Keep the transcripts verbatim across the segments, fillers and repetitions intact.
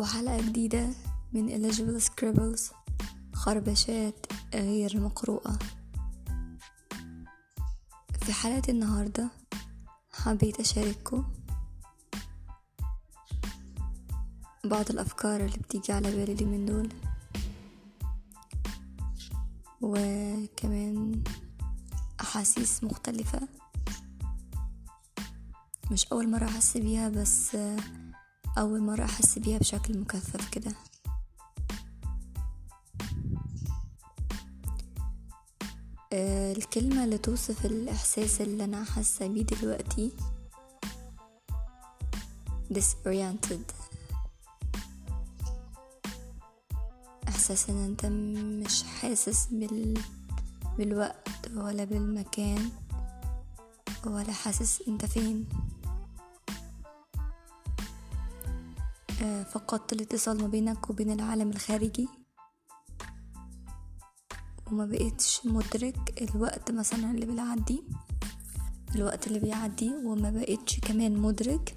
وحلقة جديدة من Illegible Scribbles، خربشات غير مقروءة. في حلقة النهاردة حبيت أشارككم بعض الأفكار اللي بتيجي على بالي لي من دول، وكمان أحاسيس مختلفة مش أول مرة أحس بيها، بس أول مرة أحس بيها بشكل مكثف كده. الكلمة اللي توصف الإحساس اللي أنا حاسة بيه دلوقتي disoriented، إحساس إن أنت مش حاسس بال... بالوقت ولا بالمكان ولا حاسس أنت فين. فقدت الاتصال ما بينك وبين العالم الخارجي، وما بقيتش مدرك الوقت مثلا اللي بيعدي الوقت اللي بيعدي وما بقيتش كمان مدرك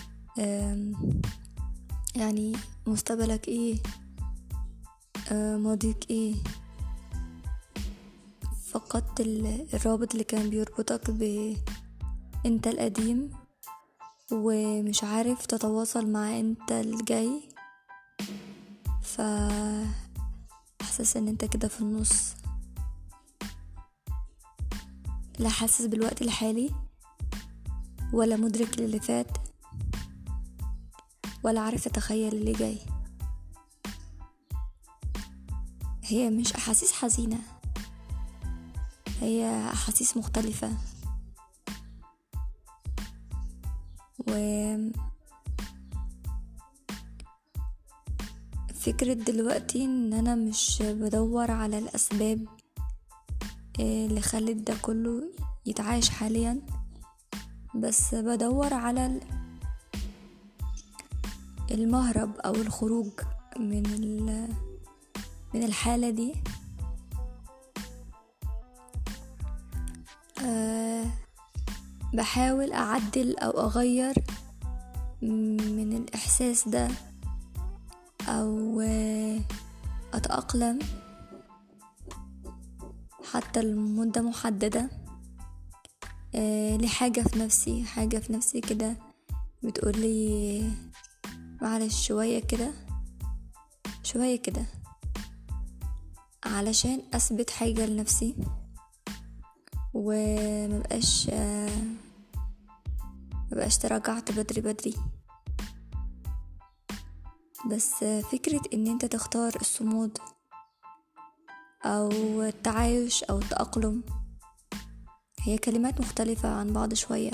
يعني مستقبلك ايه، ماضيك ايه. فقدت الرابط اللي كان بيربطك بانت القديم، ومش عارف تتواصل مع انت الجاي، ف احساس ان انت كده في النص، لا حاسس بالوقت الحالي ولا مدرك للي فات ولا عارف تتخيل اللي جاي. هي مش احاسيس حزينة، هي احاسيس مختلفة. و فكرة دلوقتي ان انا مش بدور على الاسباب اللي خلت ده كله يتعايش حاليا، بس بدور على المهرب او الخروج من من الحالة دي. أه بحاول اعدل او اغير من الاحساس ده، او اتأقلم حتى لمدة محددة أه لحاجة في نفسي حاجة في نفسي كده بتقولي معلش شوية كده شوية كده علشان اثبت حاجة لنفسي، ومبقاش أه مبقاش تراجعت بدري بدري. بس فكرة ان انت تختار الصمود او التعايش او التأقلم هي كلمات مختلفة عن بعض شوية،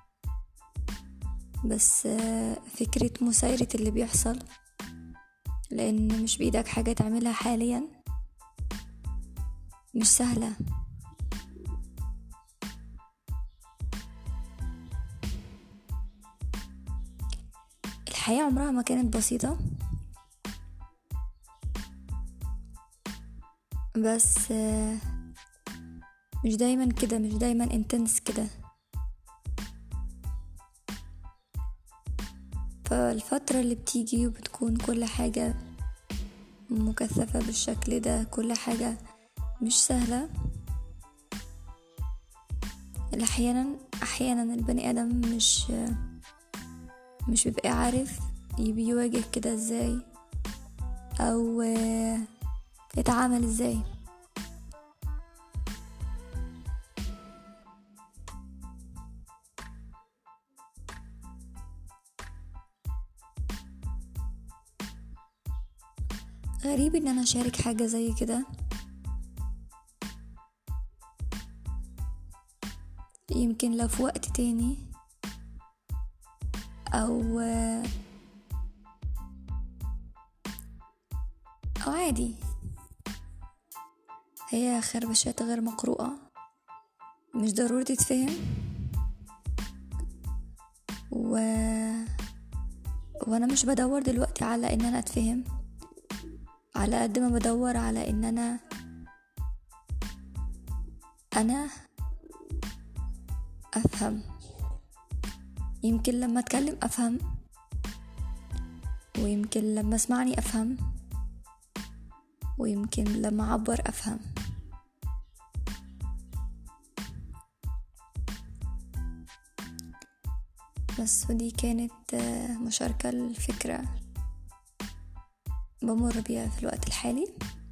بس فكرة مسايرة اللي بيحصل، لان مش بإيدك حاجة تعملها حاليا، مش سهلة. الحياة عمرها ما كانت بسيطة، بس مش دايما كده مش دايما انتنس كده. فالفترة اللي بتيجي وبتكون كل حاجة مكثفة بالشكل ده، كل حاجة مش سهلة، احيانا احيانا البني ادم مش مش بيبقى عارف يواجه كده ازاي او يتعامل ازاي. غريب ان انا اشارك حاجة زي كده، يمكن لو في وقت تاني او او عادي. هي خربشات غير مقروءة، مش ضروري تتفهم، و... وانا مش بدور دلوقتي على ان انا اتفهم، على قد ما بدور على ان انا انا افهم. يمكن لما اتكلم افهم، ويمكن لما اسمعني افهم، ويمكن لما اعبر افهم. بس ودي كانت مشاركة الفكرة بمر بيها في الوقت الحالي.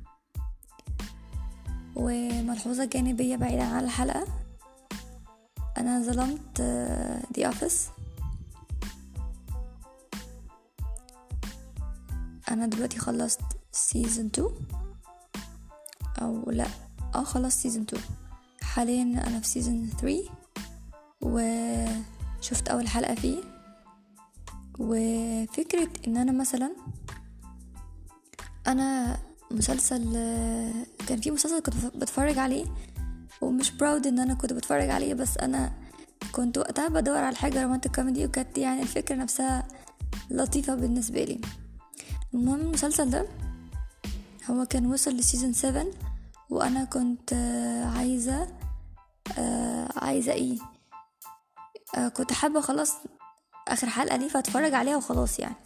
وملحوظة جانبية بعيدا عن الحلقة، أنا ظلمت The Office. أنا دلوقتي خلصت سيزن تو، أو لأ اه خلصت سيزن تو. حاليا أنا في سيزن ثري، وشفت أول حلقة فيه. وفكرة إن أنا مثلا أنا مسلسل كان في مسلسل كنت بتفرج عليه، ومش براود ان انا كنت بتفرج عليه، بس انا كنت وقتها بدور على حاجه رومانتك كوميدي، وكانت يعني الفكره نفسها لطيفه بالنسبه لي. المهم المسلسل ده هو كان وصل لسيزن سفن، وانا كنت عايزه عايزه ايه كنت حابه خلاص اخر حلقه ليه فاتفرج عليها وخلاص يعني.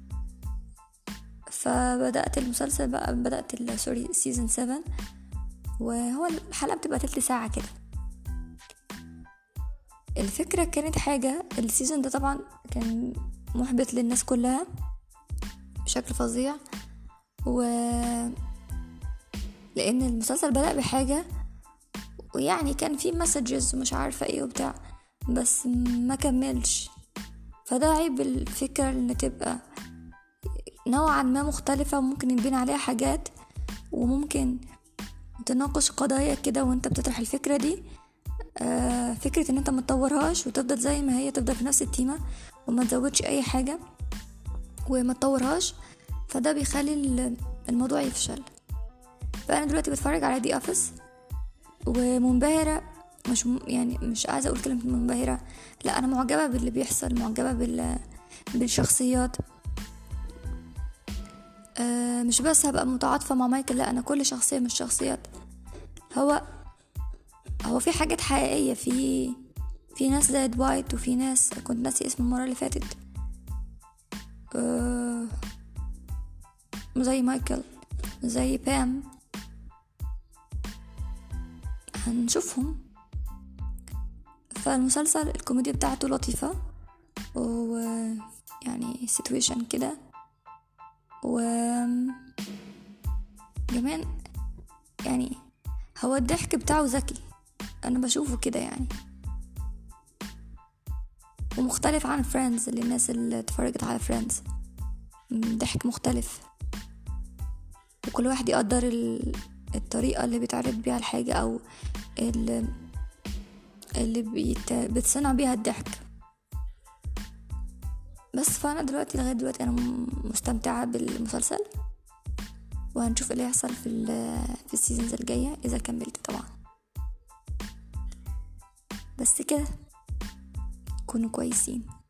فبدأت المسلسل بقى بدأت سوري سيزن سفن، وهو الحلقة بتبقى تلت ساعة كده. الفكرة كانت حاجة، السيزن ده طبعا كان محبط للناس كلها بشكل فظيع، و لأن المسلسل بدأ بحاجة ويعني كان فيه مسجز ومش عارفة ايه وبتاع، بس ما كملش. فده عيب الفكرة ان تبقى نوعا ما مختلفة، وممكن يبين عليها حاجات، وممكن تناقش قضايا كده وانت بتطرح الفكرة دي. آه فكرة ان انت ما تطورهاش وتفضل زي ما هي، تفضل في نفس التيمة وما تزودش اي حاجة وما تطورهاش، فده بيخلي الموضوع يفشل. فانا دلوقتي بتفرج على دي اوفيس ومنبهرة، مش م... يعني مش عايزة اقول كلمة منبهرة، لا انا معجبة باللي بيحصل، معجبة بال... بالشخصيات. آه مش بس هبقى متعاطفة مع مايكل، لا انا كل شخصية من الشخصيات هو هو في حاجات حقيقية، في في ناس زي دوايت، وفي ناس كنت ناسي اسم المرة اللي فاتت آه زي مايكل، زي بام، هنشوفهم. فالمسلسل الكوميديا بتاعته لطيفة، ويعني سيتويشن كده، و كمان يعني هو الضحك بتاعه ذكي، انا بشوفه كده يعني، ومختلف عن فريندز. للناس اللي اتفرجت على فريندز ضحك مختلف، وكل واحد يقدر الطريقة اللي بيتعرض بيها الحاجة، او اللي, اللي بيت... بتصنع بيها الضحك. بس فانا دلوقتي لغاية دلوقتي انا مستمتعة بالمسلسل، وهنشوف اللي هيحصل في في السيزونز الجاية اذا كملت طبعا. بس كده كونوا كويسين.